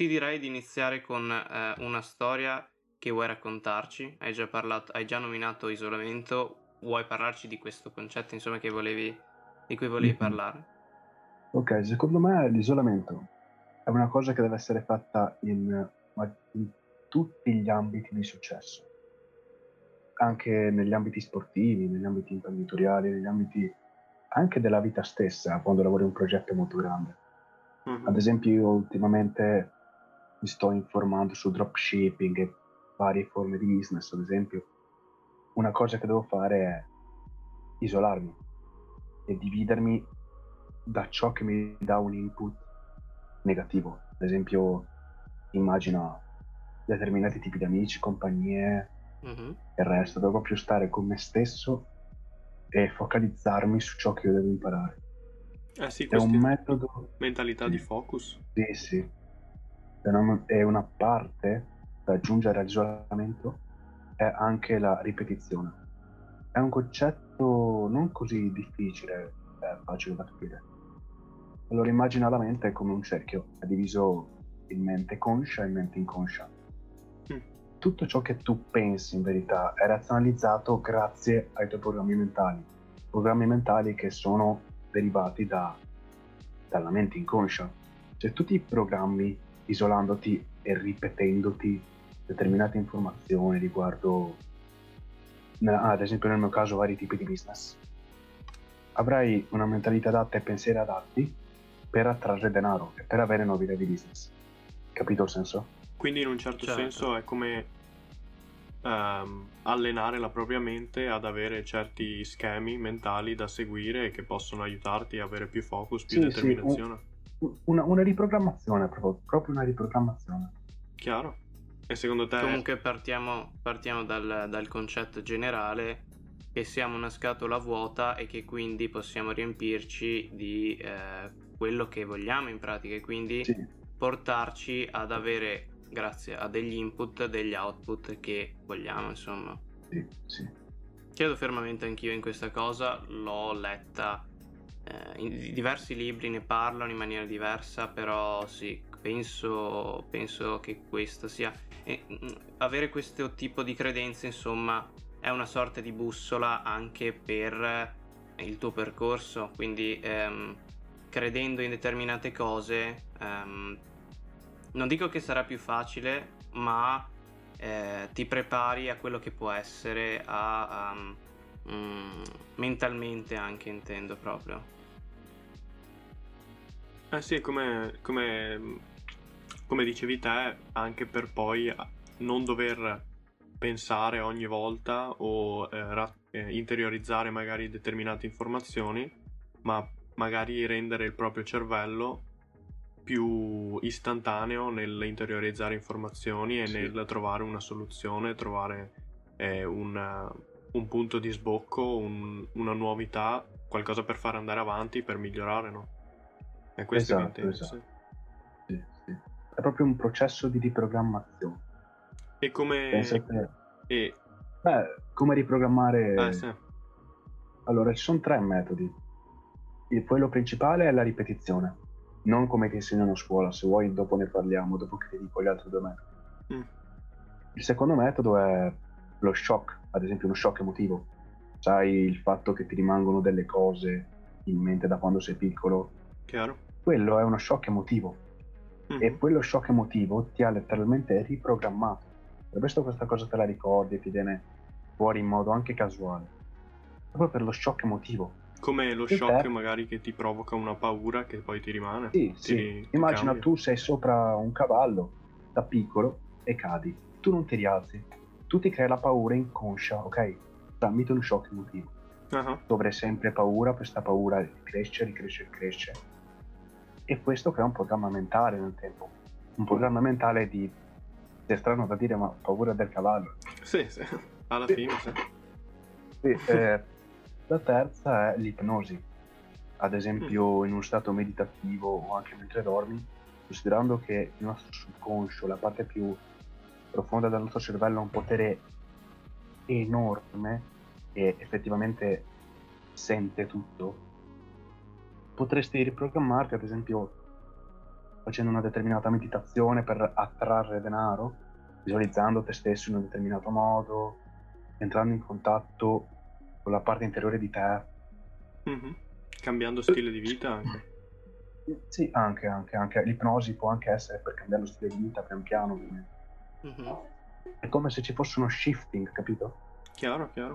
ti direi di iniziare con una storia che vuoi raccontarci. Hai già nominato isolamento, vuoi parlarci di questo concetto, insomma, di cui volevi Mhm. parlare? Ok, secondo me l'isolamento è una cosa che deve essere fatta in tutti gli ambiti di successo, anche negli ambiti sportivi, negli ambiti imprenditoriali, negli ambiti anche della vita stessa, quando lavori un progetto molto grande. Mhm. Ad esempio, io ultimamente mi sto informando su dropshipping e varie forme di business, ad esempio. Una cosa che devo fare è isolarmi e dividermi da ciò che mi dà un input negativo. Ad esempio, immagina determinati tipi di amici, compagnie Mhm. e il resto. Devo proprio stare con me stesso e focalizzarmi su ciò che io devo imparare. Eh sì, È un questa metodo, mentalità di sì, focus. sì, sì. È una parte da aggiungere all'isolamento è anche la ripetizione. È un concetto non così difficile, è facile da capire. Allora immagina la mente come un cerchio, è diviso in mente conscia e mente inconscia. Mm. Tutto ciò che tu pensi in verità è razionalizzato grazie ai tuoi programmi mentali che sono derivati dalla mente inconscia. Se tu ti programmi isolandoti e ripetendoti determinate informazioni riguardo, ad esempio nel mio caso, vari tipi di business, avrai una mentalità adatta e pensieri adatti per attrarre denaro e per avere nuove idee di business. Capito il senso? Quindi in un certo Certo. senso è come allenare la propria mente ad avere certi schemi mentali da seguire che possono aiutarti a avere più focus, più Sì, sì, determinazione. una riprogrammazione, proprio una riprogrammazione. Chiaro? E secondo te... Comunque partiamo dal concetto generale che siamo una scatola vuota e che quindi possiamo riempirci di quello che vogliamo in pratica e quindi Sì, portarci ad avere, grazie a degli input, degli output che vogliamo, insomma. sì, sì. Credo fermamente anch'io in questa cosa, l'ho letta, in diversi libri ne parlano in maniera diversa, però sì, penso che questo sia... avere questo tipo di credenze, insomma, è una sorta di bussola anche per il tuo percorso, quindi credendo in determinate cose, non dico che sarà più facile, ma ti prepari a quello che può essere mentalmente anche, intendo proprio. Eh sì, come dicevi te, anche per poi non dover pensare ogni volta o interiorizzare magari determinate informazioni, ma magari rendere il proprio cervello più istantaneo nell'interiorizzare informazioni e Sì, nel trovare una soluzione, trovare un punto di sbocco, una novità, qualcosa per fare andare avanti, per migliorare, no? È questo che esatto, intendi, sì. esatto. Sì, sì. È proprio un processo di riprogrammazione. E Pensa come... te. E... Come riprogrammare? Sì. Allora, ci sono tre metodi. Quello principale è la ripetizione, non come ti insegnano a scuola. Se vuoi, dopo ne parliamo, dopo che ti dico gli altri due metodi. Mm, Il secondo metodo è lo shock, ad esempio uno shock emotivo. Sai, il fatto che ti rimangono delle cose in mente da quando sei piccolo, chiaro? quello è uno shock emotivo e Mhm. quello shock emotivo ti ha letteralmente riprogrammato. Per questo questa cosa te la ricordi e ti viene fuori in modo anche casuale, proprio per lo shock emotivo. Come lo Il shock te, magari che ti provoca una paura che poi ti rimane, sì, sì, ti immagina cambia. tu sei sopra un cavallo da piccolo e cadi, tu non ti rialzi, tu ti crei la paura inconscia, ok? Tramite uno shock emotivo. Ah, Tu avrai sempre paura, questa paura cresce, ricresce, cresce. E questo crea un programma mentale nel tempo. Un programma mentale di, è strano da dire, ma paura del cavallo. sì, sì, alla Sì, fine sì. sì, la terza è l'ipnosi. Ad Mm, esempio in uno stato meditativo o anche mentre dormi, considerando che il nostro subconscio, la parte più profonda del nostro cervello, ha un potere enorme e effettivamente sente tutto, potresti riprogrammarti, ad esempio, facendo una determinata meditazione per attrarre denaro, visualizzando te stesso in un determinato modo, entrando in contatto con la parte interiore di te. Mhm. Cambiando stile di vita anche. Sì, anche. L'ipnosi può anche essere per cambiare lo stile di vita pian piano, ovviamente. Mhm. È come se ci fosse uno shifting, capito? Chiaro, chiaro.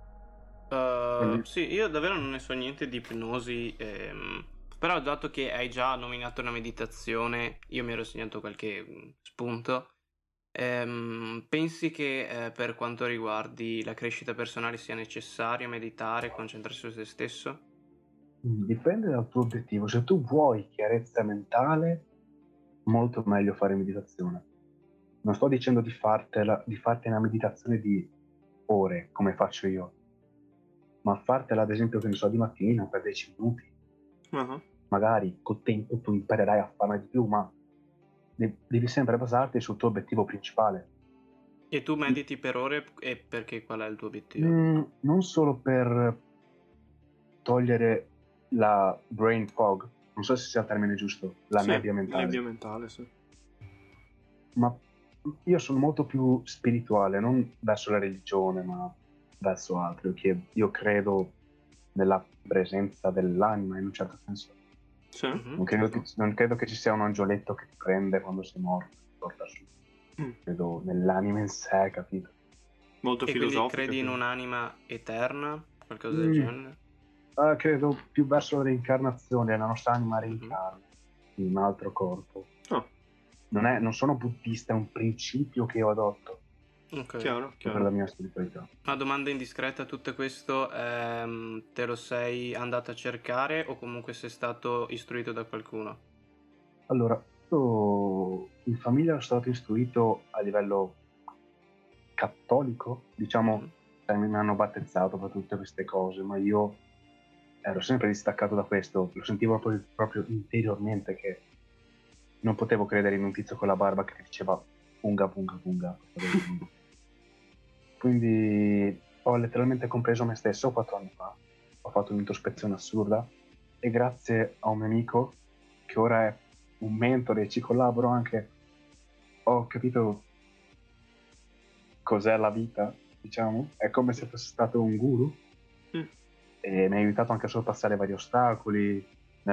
Sì, io davvero non ne so niente di ipnosi, però dato che hai già nominato una meditazione, io mi ero segnato qualche spunto. Pensi che per quanto riguardi la crescita personale sia necessario meditare, concentrarsi su se stesso? Dipende dal tuo obiettivo. Se tu vuoi chiarezza mentale, molto meglio fare meditazione. Non sto dicendo di farti una meditazione di ore, come faccio io, ma fartela ad esempio, che ne so, di mattina per 10 minuti. Ah, Magari col tempo tu imparerai a farne di più, ma devi sempre basarti sul tuo obiettivo principale. E tu mediti per ore e perché qual è il tuo obiettivo? Non solo per togliere la brain fog, non so se sia il termine giusto, la sì, nebbia mentale, nebbia mentale, sì. ma io sono molto più spirituale, non verso la religione, ma verso altro, che io credo nella presenza dell'anima in un certo senso. Sì? Mhm. Non credo che ci sia un angioletto che ti prende quando sei morto, ti porta su. Mm. Credo nell'anima in sé, capito? Molto E quindi filosofica. credi in Quindi. un'anima eterna, qualcosa del Mm, genere? credo più verso la reincarnazione, la nostra anima Mhm. reincarna in un altro corpo. Ah, Non sono buddista, è un principio che io adotto Ok. chiaro, per chiaro. la mia spiritualità. Una domanda indiscreta, tutto questo te lo sei andato a cercare o comunque sei stato istruito da qualcuno? Allora, io in famiglia sono stato istruito a livello cattolico, diciamo, Mhm. mi hanno battezzato per tutte queste cose, ma io ero sempre distaccato da questo, lo sentivo proprio interiormente che non potevo credere in un tizio con la barba che diceva punga punga punga. Quindi ho letteralmente compreso me stesso 4 anni fa, ho fatto un'introspezione assurda e grazie a un mio amico che ora è un mentore e ci collaboro anche, ho capito cos'è la vita, diciamo, è come se fosse stato un guru Mm. e mi ha aiutato anche a sorpassare vari ostacoli,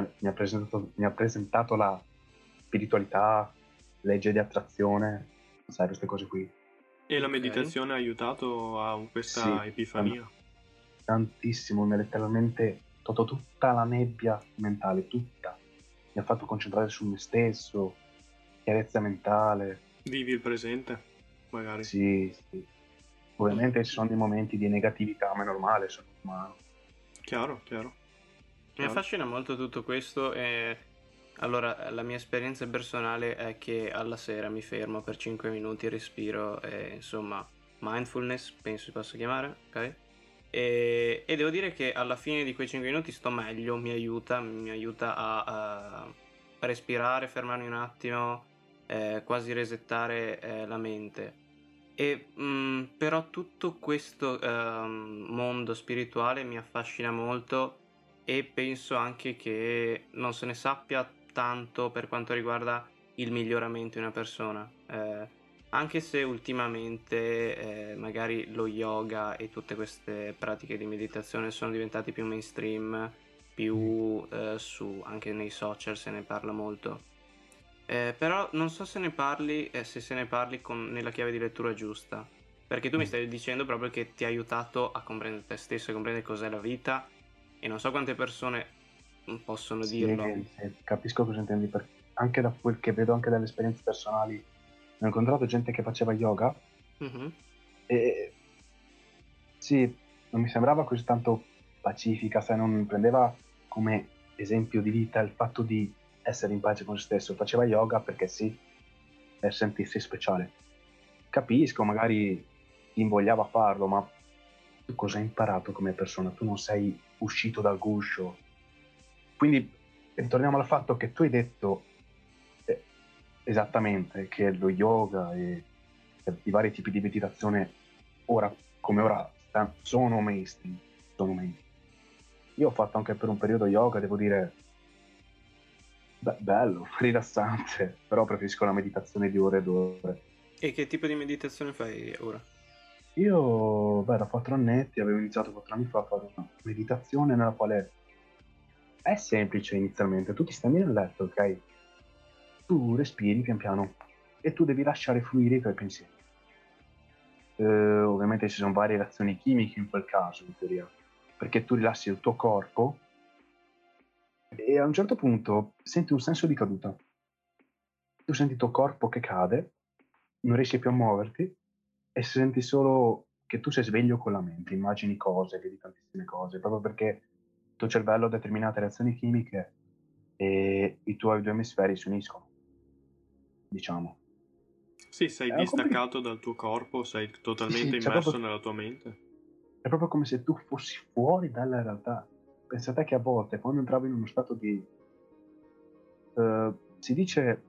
mi ha presentato la spiritualità, legge di attrazione, sai, queste cose qui. E la Ok. meditazione ha aiutato a Sì, questa epifania. tantissimo, mi ha letteralmente tolto tutta la nebbia mentale, tutta. Mi ha fatto concentrare su me stesso, chiarezza mentale. Vivi il presente, magari. Sì, sì. Mhm. Ovviamente ci sono dei momenti di negatività, ma è normale, sono umano. Chiaro, chiaro, Mi chiaro. affascina molto tutto questo e allora la mia esperienza personale è che alla sera mi fermo per 5 minuti, respiro e insomma mindfulness penso si possa chiamare, ok? E devo dire che alla fine di quei 5 minuti sto meglio, mi aiuta a respirare, fermarmi un attimo, quasi resettare la mente. E però tutto questo mondo spirituale mi affascina molto e penso anche che non se ne sappia tanto per quanto riguarda il miglioramento di una persona. Anche se ultimamente magari lo yoga e tutte queste pratiche di meditazione sono diventati più mainstream, Mm. più su anche nei social se ne parla molto. Però non so se ne parli, se se ne parli nella chiave di lettura giusta. Perché tu mi Mm. stai dicendo proprio che ti ha aiutato a comprendere te stesso, a comprendere cos'è la vita. E non so quante persone possono Sì, dirlo. sì, capisco cosa intendi, perché anche da quel che vedo, anche dalle esperienze personali, ho incontrato gente che faceva yoga Mhm. e sì, non mi sembrava così tanto pacifica, sai, non prendeva come esempio di vita il fatto di essere in pace con se stesso, faceva yoga perché sì, per sentirsi speciale. Capisco, magari ti invogliava a farlo, ma tu cosa hai imparato come persona? Tu non sei uscito dal guscio. Quindi ritorniamo al fatto che tu hai detto eh, esattamente che lo yoga e i vari tipi di meditazione ora come ora sono mainstream, sono mainstream. Io ho fatto anche per un periodo yoga, devo dire, Bello, rilassante, però preferisco la meditazione di ore ed ore. E che tipo di meditazione fai ora? Io, da 4 annetti, avevo iniziato 4 anni fa a fare una meditazione nella quale è semplice inizialmente. Tu ti stendi nel letto, ok? Tu respiri pian piano e tu devi lasciare fluire i tuoi pensieri. Ovviamente ci sono varie reazioni chimiche in quel caso, in teoria, perché tu rilassi il tuo corpo e a un certo punto senti un senso di caduta. Tu senti il tuo corpo che cade, non riesci più a muoverti e senti solo che tu sei sveglio con la mente, immagini cose, vedi tantissime cose, proprio perché il tuo cervello ha determinate reazioni chimiche e i tuoi due emisferi si uniscono, diciamo. Sì, sei È, distaccato dal tuo corpo, sei sì, totalmente sì, immerso nella tua mente. è proprio come se tu fossi fuori dalla realtà. Pensate che a volte, quando entravo in uno stato di... si dice...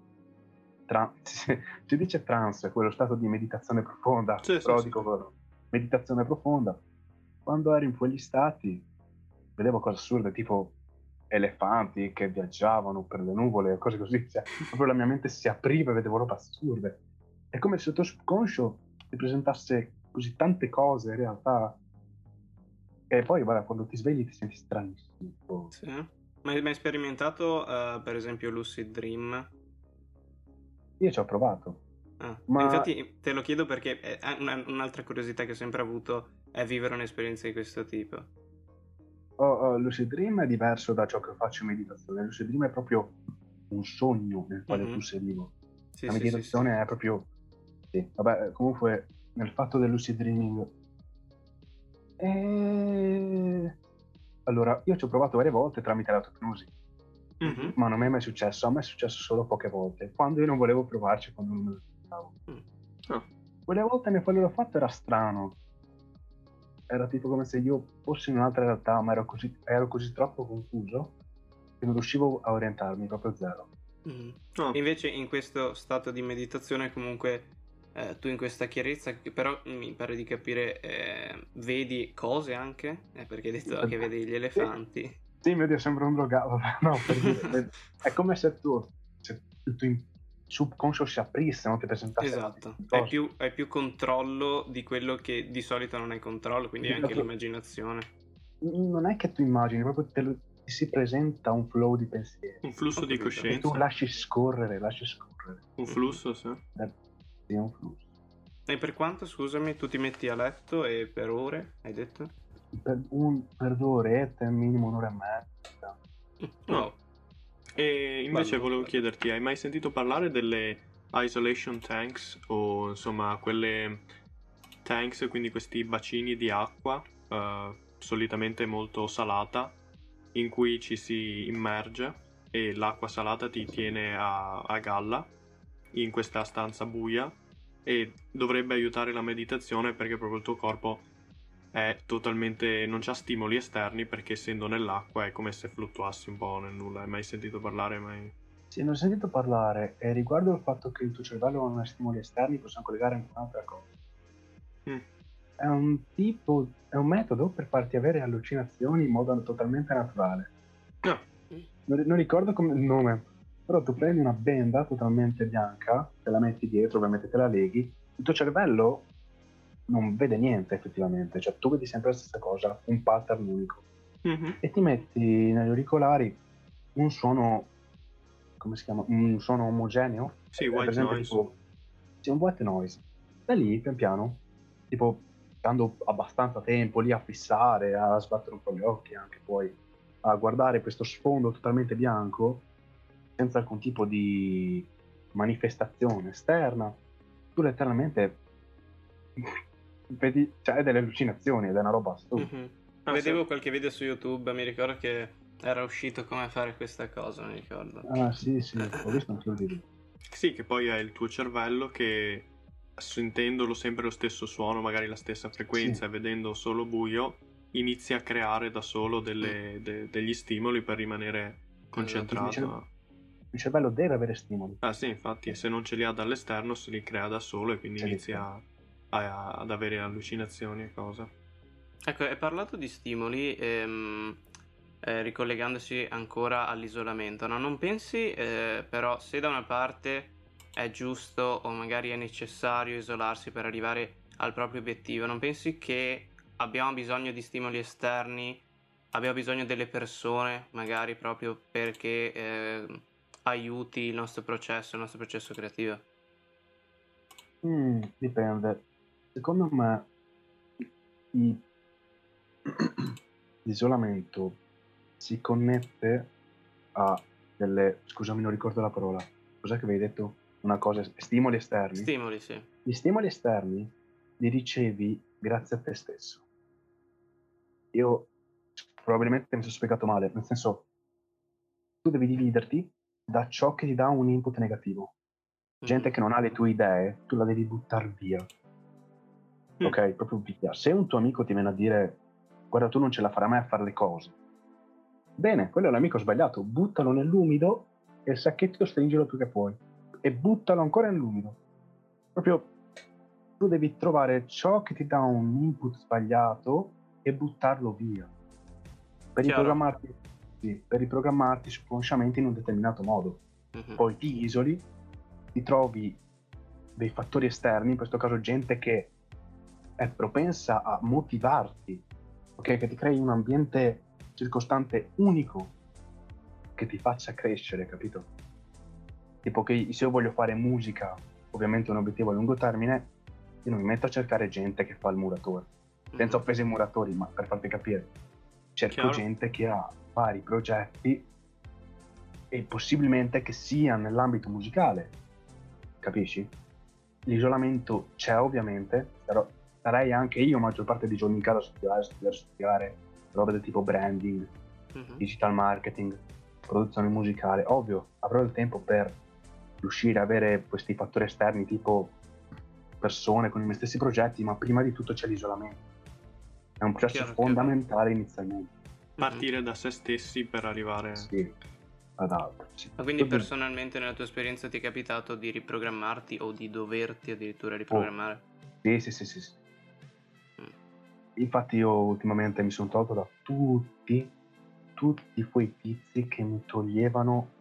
si dice trance, quello stato di meditazione profonda, Sì, sì, però sì. dico quello, meditazione profonda. Quando ero in quegli stati, vedevo cose assurde, tipo elefanti che viaggiavano per le nuvole, cose così. Cioè, proprio la mia mente si apriva e vedevo robe assurde. È come se il tuo subconscio ti presentasse così tante cose in realtà. E poi, guarda, quando ti svegli ti senti stranissimo. Tipo, Sì. Ma hai mai sperimentato, per esempio, Lucid Dream? io ci ho provato, ma Infatti te lo chiedo perché un'altra curiosità che ho sempre avuto è vivere un'esperienza di questo tipo. Lucid Dream è diverso da ciò che faccio in meditazione. Lucid Dream è proprio un sogno nel quale tu Mhm. sei vivo. Sì, La sì, sì, sì. meditazione è proprio... Sì, vabbè, comunque, nel fatto del lucid dreaming... Allora, io ci ho provato varie volte tramite l'autopnosi, Mhm. ma non mi è mai successo. A me è successo solo poche volte, quando io non volevo provarci, quando non me lo aspettavo. Mm. Ah, Quelle volte nelle quali l'ho fatto era strano. Era tipo come se io fossi in un'altra realtà, ma ero così troppo confuso che non riuscivo a orientarmi, proprio zero. Mhm. ah. E invece in questo stato di meditazione comunque tu in questa chiarezza che però mi pare di capire vedi cose anche, perché hai detto che vedi gli Sì, elefanti. sì, mio Dio, sembra un drogato. No, per dire, è come se il tuo subconscio si aprisse, non ti presentasse Esatto, tantissime cose. hai più controllo di quello che di solito non hai controllo, quindi Più che anche altro, l'immaginazione. non è che tu immagini, proprio ti si presenta un flow di pensieri Un Ho flusso di capito. e tu coscienza. lasci scorrere, lasci scorrere. Un Mhm. flusso, sì. Sì, è un flusso. E per quanto, scusami, tu ti metti a letto e per ore, hai detto? Per 2 orette, minimo un'ora e mezza. Ah. Wow, E invece bello, volevo bello. chiederti, hai mai sentito parlare delle isolation tanks o insomma quelle tanks, quindi questi bacini di acqua, solitamente molto salata, in cui ci si immerge e l'acqua salata ti tiene a galla in questa stanza buia e dovrebbe aiutare la meditazione perché proprio il tuo corpo è totalmente non c'ha stimoli esterni perché essendo nell'acqua è come se fluttuassi un po' nel nulla. Hai mai sentito parlare? Mai? Sì, ne ho sentito parlare e riguardo il fatto che il tuo cervello non ha stimoli esterni, possiamo collegare anche un'altra cosa. Mm. È un metodo per farti avere allucinazioni in modo totalmente naturale. Ah, Non ricordo come il nome, però tu prendi una benda totalmente bianca, te la metti dietro, ovviamente te la leghi, il tuo cervello non vede niente effettivamente, cioè tu vedi sempre la stessa cosa, un pattern unico. mhm. E ti metti negli auricolari un suono, come si chiama? Un suono omogeneo, Sì, è white presente noise. tipo, sì, un white noise. Da lì, pian piano, tipo, stando abbastanza tempo lì a fissare, a sbattere un po' gli occhi, anche poi a guardare questo sfondo totalmente bianco, senza alcun tipo di manifestazione esterna, tu letteralmente vedi, cioè, hai delle allucinazioni ed è una roba assurda. Mhm. Ah, sì. Vedevo qualche video su YouTube, mi ricordo che era uscito come fare questa cosa, mi ricordo. Ah, sì, sì, ho visto anche il video. Sì, che poi è il tuo cervello che, sentendolo sempre lo stesso suono, magari la stessa Sì, frequenza e vedendo solo buio, inizia a creare da solo Mm, degli stimoli per rimanere esatto. concentrato. il cervello deve avere stimoli. Ah sì, infatti, se non ce li ha dall'esterno se li crea da solo e quindi Se li crea. inizia ad avere allucinazioni e cose. Ecco, hai parlato di stimoli, ricollegandosi ancora all'isolamento, no? Non pensi, però, se da una parte è giusto o magari è necessario isolarsi per arrivare al proprio obiettivo, non pensi che abbiamo bisogno di stimoli esterni, abbiamo bisogno delle persone, magari proprio perché aiuti il nostro processo creativo? Dipende. Secondo me i- l'isolamento si connette a delle... Scusami, non ricordo la parola. Cos'è che avevi detto? Una cosa, stimoli esterni? Stimoli, sì. Gli stimoli esterni li ricevi grazie a te stesso. Io probabilmente mi sono spiegato male, nel senso, tu devi dividerti da ciò che ti dà un input negativo. Gente Mhm. che non ha le tue idee, tu la devi buttare via. Ok? Proprio via. Se un tuo amico ti viene a dire guarda, tu non ce la farai mai a fare le cose, bene, quello è l'amico sbagliato, buttalo nell'umido e il sacchetto stringilo più che puoi e buttalo ancora nell'umido. Proprio tu devi trovare ciò che ti dà un input sbagliato e buttarlo via per Chiaro? riprogrammarti, sì, per riprogrammarti subconsciamente in un determinato modo. Mhm. Poi ti isoli, ti trovi dei fattori esterni, in questo caso gente che è propensa a motivarti, ok? Che ti crei un ambiente circostante unico che ti faccia crescere, capito? Tipo che se io voglio fare musica, ovviamente un obiettivo a lungo termine, io non mi metto a cercare gente che fa il muratore, senza Mhm. offese ai muratori, ma per farti capire, cerco Chiaro? gente che ha vari progetti e possibilmente che sia nell'ambito musicale, capisci? L'isolamento c'è ovviamente, però sarei anche io maggior parte dei giorni in casa a studiare robe del tipo branding, Mhm. digital marketing, produzione musicale. Ovvio, avrò il tempo per riuscire a avere questi fattori esterni tipo persone con i miei stessi progetti, ma prima di tutto c'è l'isolamento. È un processo Chiaro, chiaro. fondamentale inizialmente. Mhm. Partire da se stessi per arrivare... Sì, ad altro. Sì. Ma quindi personalmente nella tua esperienza ti è capitato di riprogrammarti o di doverti addirittura Oh, riprogrammare? sì. Mm. Infatti io ultimamente mi sono tolto da tutti quei tizi che mi toglievano,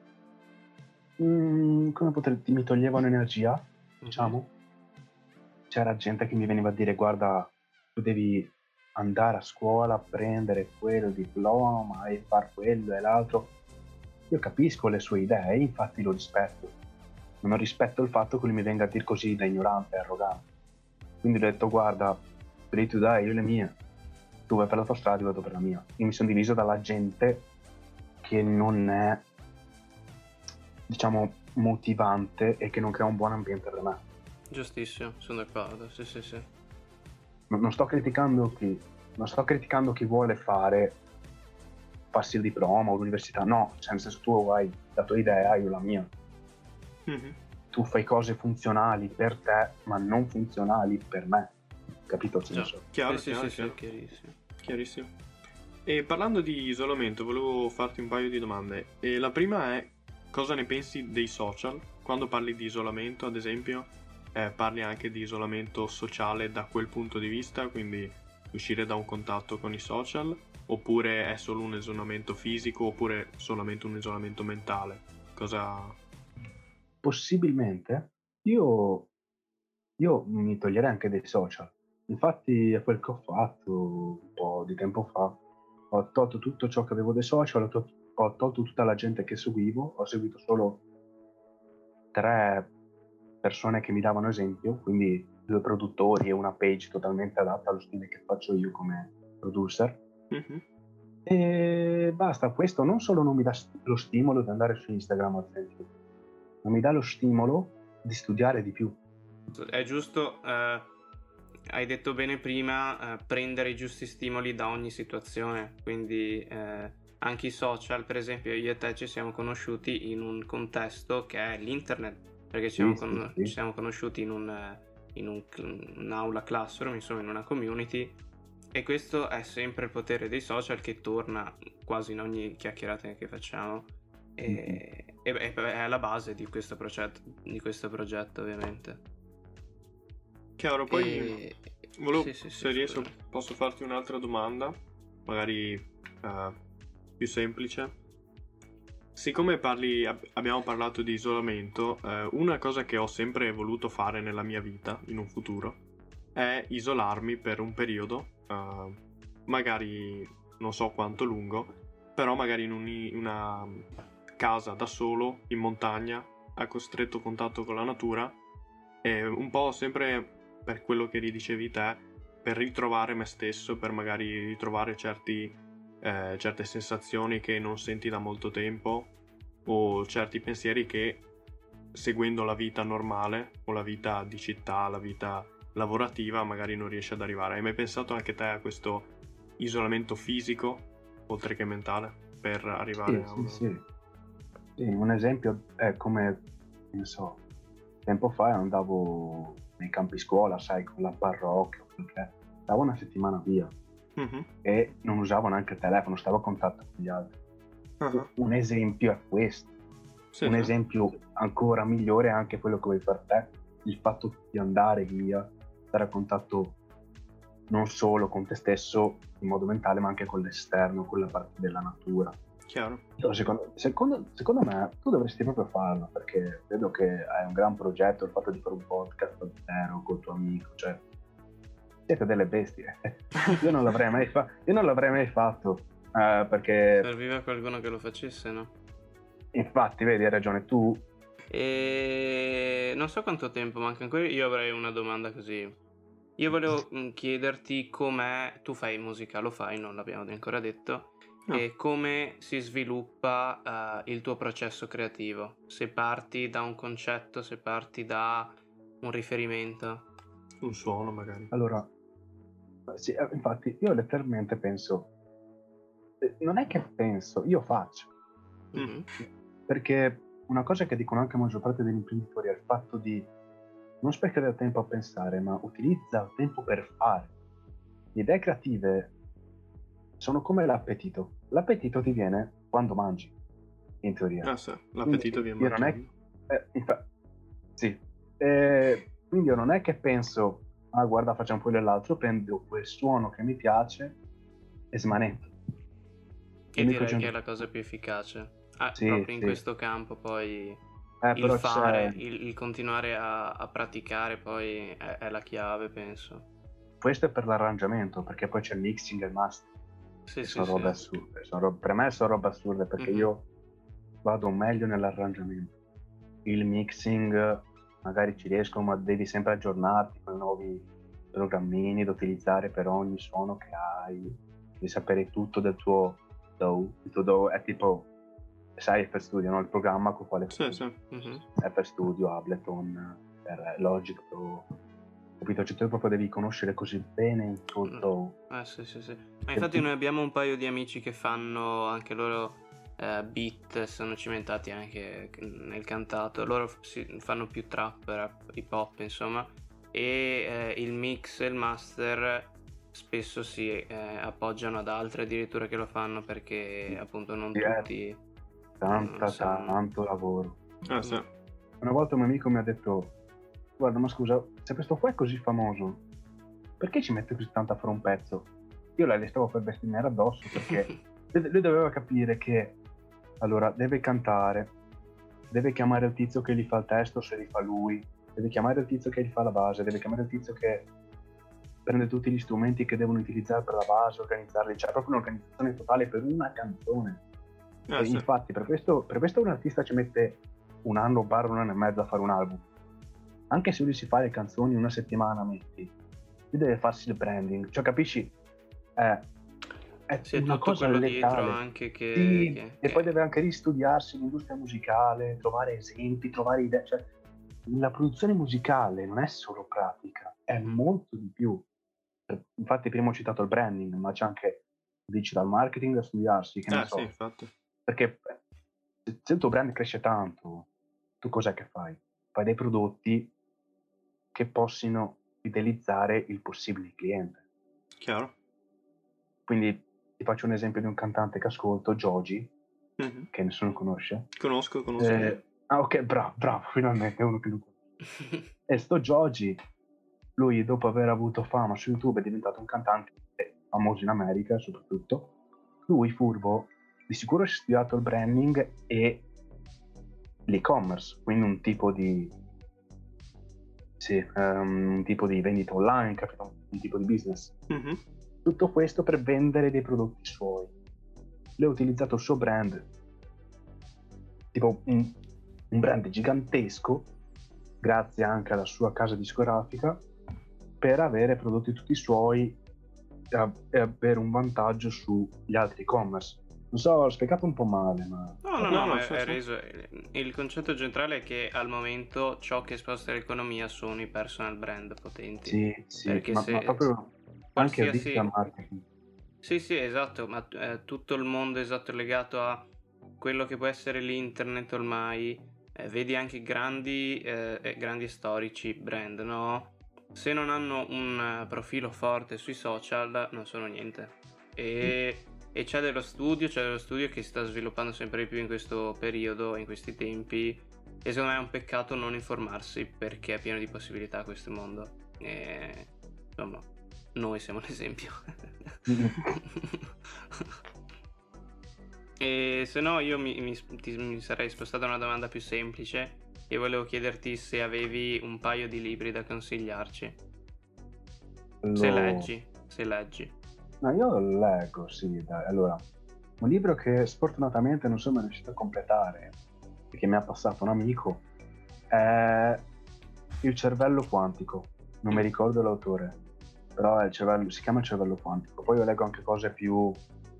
mi toglievano energia, Mhm. diciamo. C'era gente che mi veniva a dire guarda, tu devi andare a scuola, prendere quel diploma e far quello e l'altro. Io capisco le sue idee, infatti lo rispetto. Non rispetto il fatto che lui mi venga a dire così da ignorante e arrogante. Quindi ho detto guarda, per tu dai, io le mie. Tu vai per la tua strada, io vado per la mia. Io mi sono diviso dalla gente che non è, diciamo, motivante e che non crea un buon ambiente per me. Giustissimo, sono d'accordo, sì, sì, sì. Non sto criticando chi vuole farsi il diploma o l'università, no, cioè nel senso tu hai la tua idea, io la mia. Mhm. Tu fai cose funzionali per te, ma non funzionali per me. Capito il Già, senso? Chiaro, sì, sì, chiaro, sì, sì, chiaro. chiarissimo. Chiarissimo. E parlando di isolamento, volevo farti un paio di domande. E la prima è, cosa ne pensi dei social? Quando parli di isolamento, ad esempio, parli anche di isolamento sociale da quel punto di vista, quindi uscire da un contatto con i social, oppure è solo un isolamento fisico, oppure solamente un isolamento mentale? Cosa... Possibilmente io mi toglierei anche dei social. Infatti è quel che ho fatto un po' di tempo fa. Ho tolto tutto ciò che avevo dei social, ho tolto tutta la gente che seguivo, ho seguito solo 3 persone che mi davano esempio, quindi 2 produttori e una page totalmente adatta allo stile che faccio io come producer. Mhm. E basta, questo non solo non mi dà lo stimolo di andare su Instagram ad esempio, ma mi dà lo stimolo di studiare di più. È giusto, hai detto bene prima, prendere i giusti stimoli da ogni situazione, quindi anche i social, per esempio, io e te ci siamo conosciuti in un contesto che è l'internet, perché Sì. ci siamo conosciuti un'aula classroom, insomma in una community, e questo è sempre il potere dei social che torna quasi in ogni chiacchierata che facciamo. Mhm. E è alla base di questo progetto ovviamente. Chiaro, poi E... volevo, Sì, sì, sì, se riesco, scusami. posso farti un'altra domanda, magari più semplice. Siccome abbiamo parlato di isolamento, una cosa che ho sempre voluto fare nella mia vita, in un futuro, è isolarmi per un periodo, magari non so quanto lungo, però magari in una casa da solo, in montagna, a costretto contatto con la natura, e un po' sempre per quello che dicevi te, per ritrovare me stesso, per magari ritrovare certe sensazioni che non senti da molto tempo, o certi pensieri che, seguendo la vita normale o la vita di città, la vita lavorativa, magari non riesci ad arrivare. Hai mai pensato anche te a questo isolamento fisico oltre che mentale per arrivare a una... Sì. Sì, un esempio è come, non so, tempo fa andavo nei campi scuola, sai, con la parrocchia, perché stavo una settimana via e non usavo neanche il telefono, stavo a contatto con gli altri. Un esempio è questo. Sì, un sì. esempio ancora migliore è anche quello che vuoi fare te, il fatto di andare via, stare a contatto non solo con te stesso in modo mentale, ma anche con l'esterno, con la parte della natura. Chiaro. Secondo me tu dovresti proprio farlo, perché vedo che hai un gran progetto, il fatto di fare un podcast da zero col tuo amico, cioè siete delle bestie. Io non l'avrei mai fatto, perché Serviva qualcuno che lo facesse, no? infatti vedi, hai ragione tu. E non so quanto tempo manca ancora. Io avrei una domanda così. Io volevo chiederti com'è. Tu fai musica, lo fai, non l'abbiamo ancora detto. No. E come si sviluppa il tuo processo creativo? Se parti da un concetto, se parti da un riferimento. Un suono magari. Allora, sì, infatti io letteralmente penso, non è che penso, io faccio. Mhm. Perché una cosa che dicono anche la maggior parte degli imprenditori è il fatto di non sprecare tempo a pensare, ma utilizza il tempo per fare. Le idee creative sono come l'appetito. L'appetito ti viene quando mangi, in teoria. Sì, l'appetito viene Io non è, mangiando. sì. Quindi io non è che penso, guarda, facciamo quello e l'altro, prendo quel suono che mi piace e smanetto. E direi che è la cosa più efficace. Sì, proprio in sì. questo campo poi il però fare, il continuare a praticare poi è la chiave, penso. Questo è per l'arrangiamento, perché poi c'è il mixing e il master. Sì, Sono robe assurde. Per me sono robe assurde, perché io vado meglio nell'arrangiamento. Il mixing magari ci riesco, ma devi sempre aggiornarti con i nuovi programmini da utilizzare per ogni suono che hai. Devi sapere tutto del tuo DAW. Il tuo DAW è tipo, sai, FL Studio, no? Il programma con quale Sì. FL Studio, Ableton, per Logic Pro, capito? Cioè tu proprio devi conoscere così bene il tuo DAW. Sì. Ma infatti noi abbiamo un paio di amici che fanno anche loro beat, sono cimentati anche nel cantato. Loro fanno più trap, rap, hip hop, insomma. E il mix e il master spesso si appoggiano ad altri addirittura che lo fanno, perché appunto non tutti tanto lavoro. Sì. Una volta un mio amico mi ha detto, guarda, ma scusa, se questo qua è così famoso, perché ci mette così tanto a fare un pezzo? Io le stavo per bestemmiare addosso, perché lui doveva capire che allora deve cantare, deve chiamare il tizio che gli fa il testo se li fa lui, deve chiamare il tizio che gli fa la base, deve chiamare il tizio che prende tutti gli strumenti che devono utilizzare per la base, organizzarli, c'è proprio un'organizzazione totale per una canzone. Sì. Infatti per questo un artista ci mette un anno / un anno e mezzo a fare un album. Anche se lui si fa le canzoni una settimana, lui deve farsi il branding, cioè capisci? È una cosa letale anche e poi deve anche ristudiarsi l'industria musicale, trovare esempi, trovare idee, cioè la produzione musicale non è solo pratica, è molto di più. Infatti prima ho citato il branding, ma c'è anche digital marketing da studiarsi, che ne so. Sì, infatti. Perché se il tuo brand cresce tanto, tu cos'è che fai? Fai dei prodotti che possano fidelizzare il possibile cliente. Chiaro. Quindi ti faccio un esempio di un cantante che ascolto, Joji, che nessuno conosce. Conosco. Ok, bravo, finalmente uno che lo conosce. E sto Joji, lui dopo aver avuto fama su YouTube è diventato un cantante famoso in America soprattutto. Lui, furbo, di sicuro hai studiato il branding e l'e-commerce, quindi un tipo di un tipo di vendita online, capito? Un tipo di business. Mhm. Tutto questo per vendere dei prodotti suoi. Lui ha utilizzato il suo brand, tipo un brand gigantesco, grazie anche alla sua casa discografica, per avere prodotti tutti suoi e avere un vantaggio sugli altri e-commerce. Non so, l'ho spiegato un po' male, ma No, Ma sì, è sì. reso. Il concetto centrale è che al momento ciò che sposta l'economia sono i personal brand potenti. sì, Perché ma se proprio anche il digital qualsiasi. marketing. Sì, sì, esatto, ma tutto il mondo esatto legato a quello che può essere l'internet ormai, vedi anche grandi grandi storici brand, no? Se non hanno un profilo forte sui social non sono niente. E c'è dello studio che si sta sviluppando sempre di più in questo periodo, in questi tempi, e secondo me è un peccato non informarsi perché è pieno di possibilità questo mondo. E insomma, noi siamo un esempio. E se no io mi sarei spostato a una domanda più semplice e volevo chiederti se avevi un paio di libri da consigliarci. Se Lo- leggi, se leggi. No, io lo leggo, sì, dai. Allora, un libro che sfortunatamente non sono mai riuscito a completare, perché mi ha passato un amico, è Il cervello quantico. Non mi ricordo l'autore, però si chiama Il cervello quantico. Poi io leggo anche cose più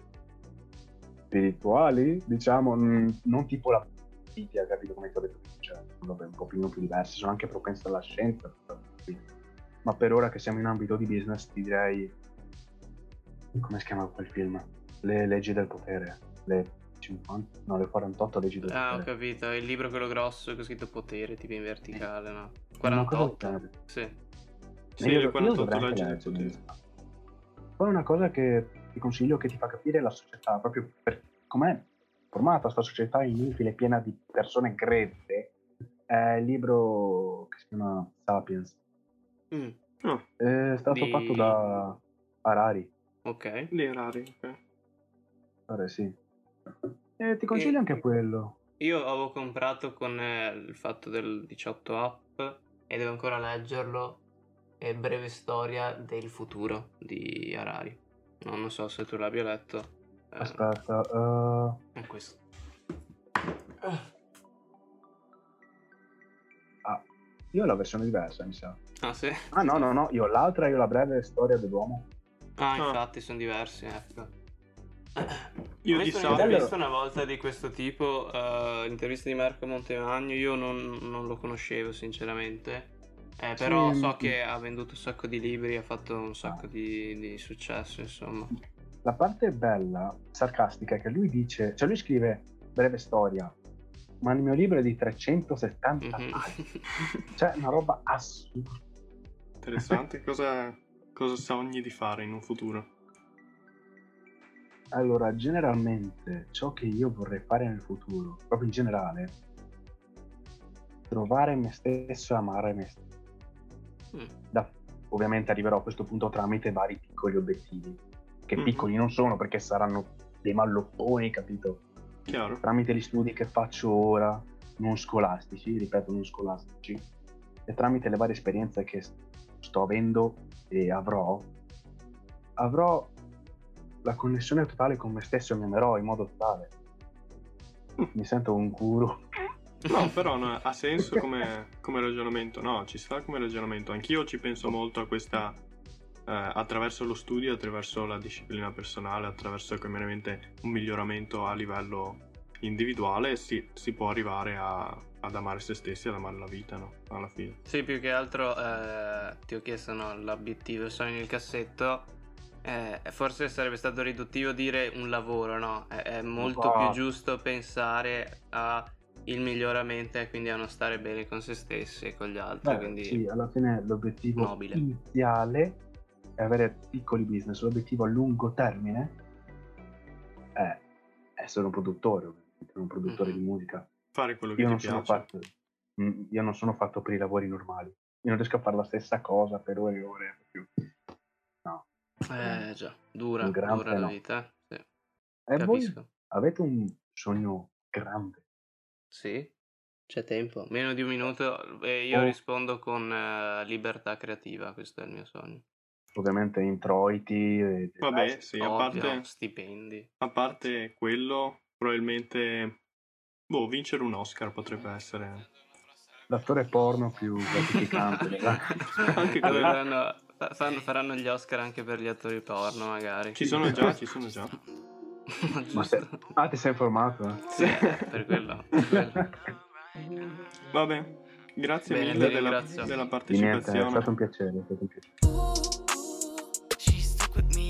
spirituali, diciamo, non tipo la Bibbia, capito come ti ho detto, cioè, sono robe un pochino più diverse, sono anche propense alla scienza, ma per ora che siamo in ambito di business ti direi, come si chiama quel film? Le leggi del potere, le 50, no, le 48 leggi del Ah, ho potere. capito, è il libro quello grosso con scritto potere, tipo in Sì, verticale, no? una cosa del 48? genere. Sì. Ma Sì, le io 48 dovrei anche leggi del leggerlo in potere. realtà. Poi una cosa che ti consiglio, che ti fa capire la società, proprio per com'è formata questa società inutile, piena di persone grezze, è il libro che si chiama Sapiens. Mm, Ah, È stato fatto di. da Harari. Ok. li rari, ok. Pare sì. E ti E consiglio anche quello. io avevo comprato con il fatto del 18 app e devo ancora leggerlo. È Breve storia del futuro di Harari. No, non so se tu l'abbia letto. Aspetta, È questo. ah, io ho la versione diversa, mi sa. Ah, sì? Ah, no, io ho l'altra, io ho la breve storia dell'uomo. Ah, Ah, infatti, sono diversi, ecco. Ho io di visto Che un'intervista Sapiens, bello. una volta di questo tipo, l'intervista di Marco Montemagno, io non lo conoscevo sinceramente, Sì, però so che ha venduto un sacco di libri, ha fatto un ah. sacco di successo, insomma. La parte bella, sarcastica, è che lui dice, cioè lui scrive breve storia, ma il mio libro è di 370 Mhm. pagine. Cioè, una roba assurda. interessante, cosa sogni di fare in un futuro? Allora, generalmente, ciò che io vorrei fare nel futuro, proprio in generale, trovare me stesso e amare me stesso. Mm. Ovviamente arriverò a questo punto tramite vari piccoli obiettivi, che Mhm, piccoli non sono perché saranno dei mallopponi, capito? chiaro. Tramite gli studi che faccio ora, non scolastici, ripeto, non scolastici, e tramite le varie esperienze che sto avendo e avrò la connessione totale con me stesso e mi amerò in modo totale. Mi sento un guru. No, però no, ha senso come ragionamento, no, ci sta come ragionamento. Anch'io ci penso molto a questa, attraverso lo studio, attraverso la disciplina personale, attraverso veramente un miglioramento a livello individuale, si può arrivare ad amare se stessi, ad amare la vita, no? Alla fine. Sì, più che altro ti ho chiesto no, l'obiettivo, il sogno nel cassetto. Forse sarebbe stato riduttivo dire un lavoro, no? È molto più Oh, giusto pensare a il miglioramento e quindi a non stare bene con se stessi e con gli altri, beh, quindi sì, alla fine l'obiettivo nobile. iniziale è avere piccoli business, l'obiettivo a lungo termine è essere un produttore, ovviamente, un produttore di Mhm. musica. Fare quello che Io ti non sono piace. fatto, io non sono fatto per i lavori normali. Io non riesco a fare la stessa cosa per ore e ore. No, Già, un dura grande la no. vita, sì, E voi capisco. Avete un sogno grande? Sì, c'è tempo. Meno di un minuto e io Oh. rispondo con libertà creativa, questo è il mio sogno. Ovviamente introiti e Vabbè, sì, Ovvio, stipendi. a parte quello, probabilmente vincere un Oscar potrebbe essere. l'attore porno più gratificante. Anche quello. Faranno gli Oscar anche per gli attori porno, magari. Ci sono già. Ma Ma giusto. ti sei informato? Sì, per quello. Vabbè, grazie Bene, mille ti ringrazio. della Di niente, è partecipazione. stato un piacere. She stuck with me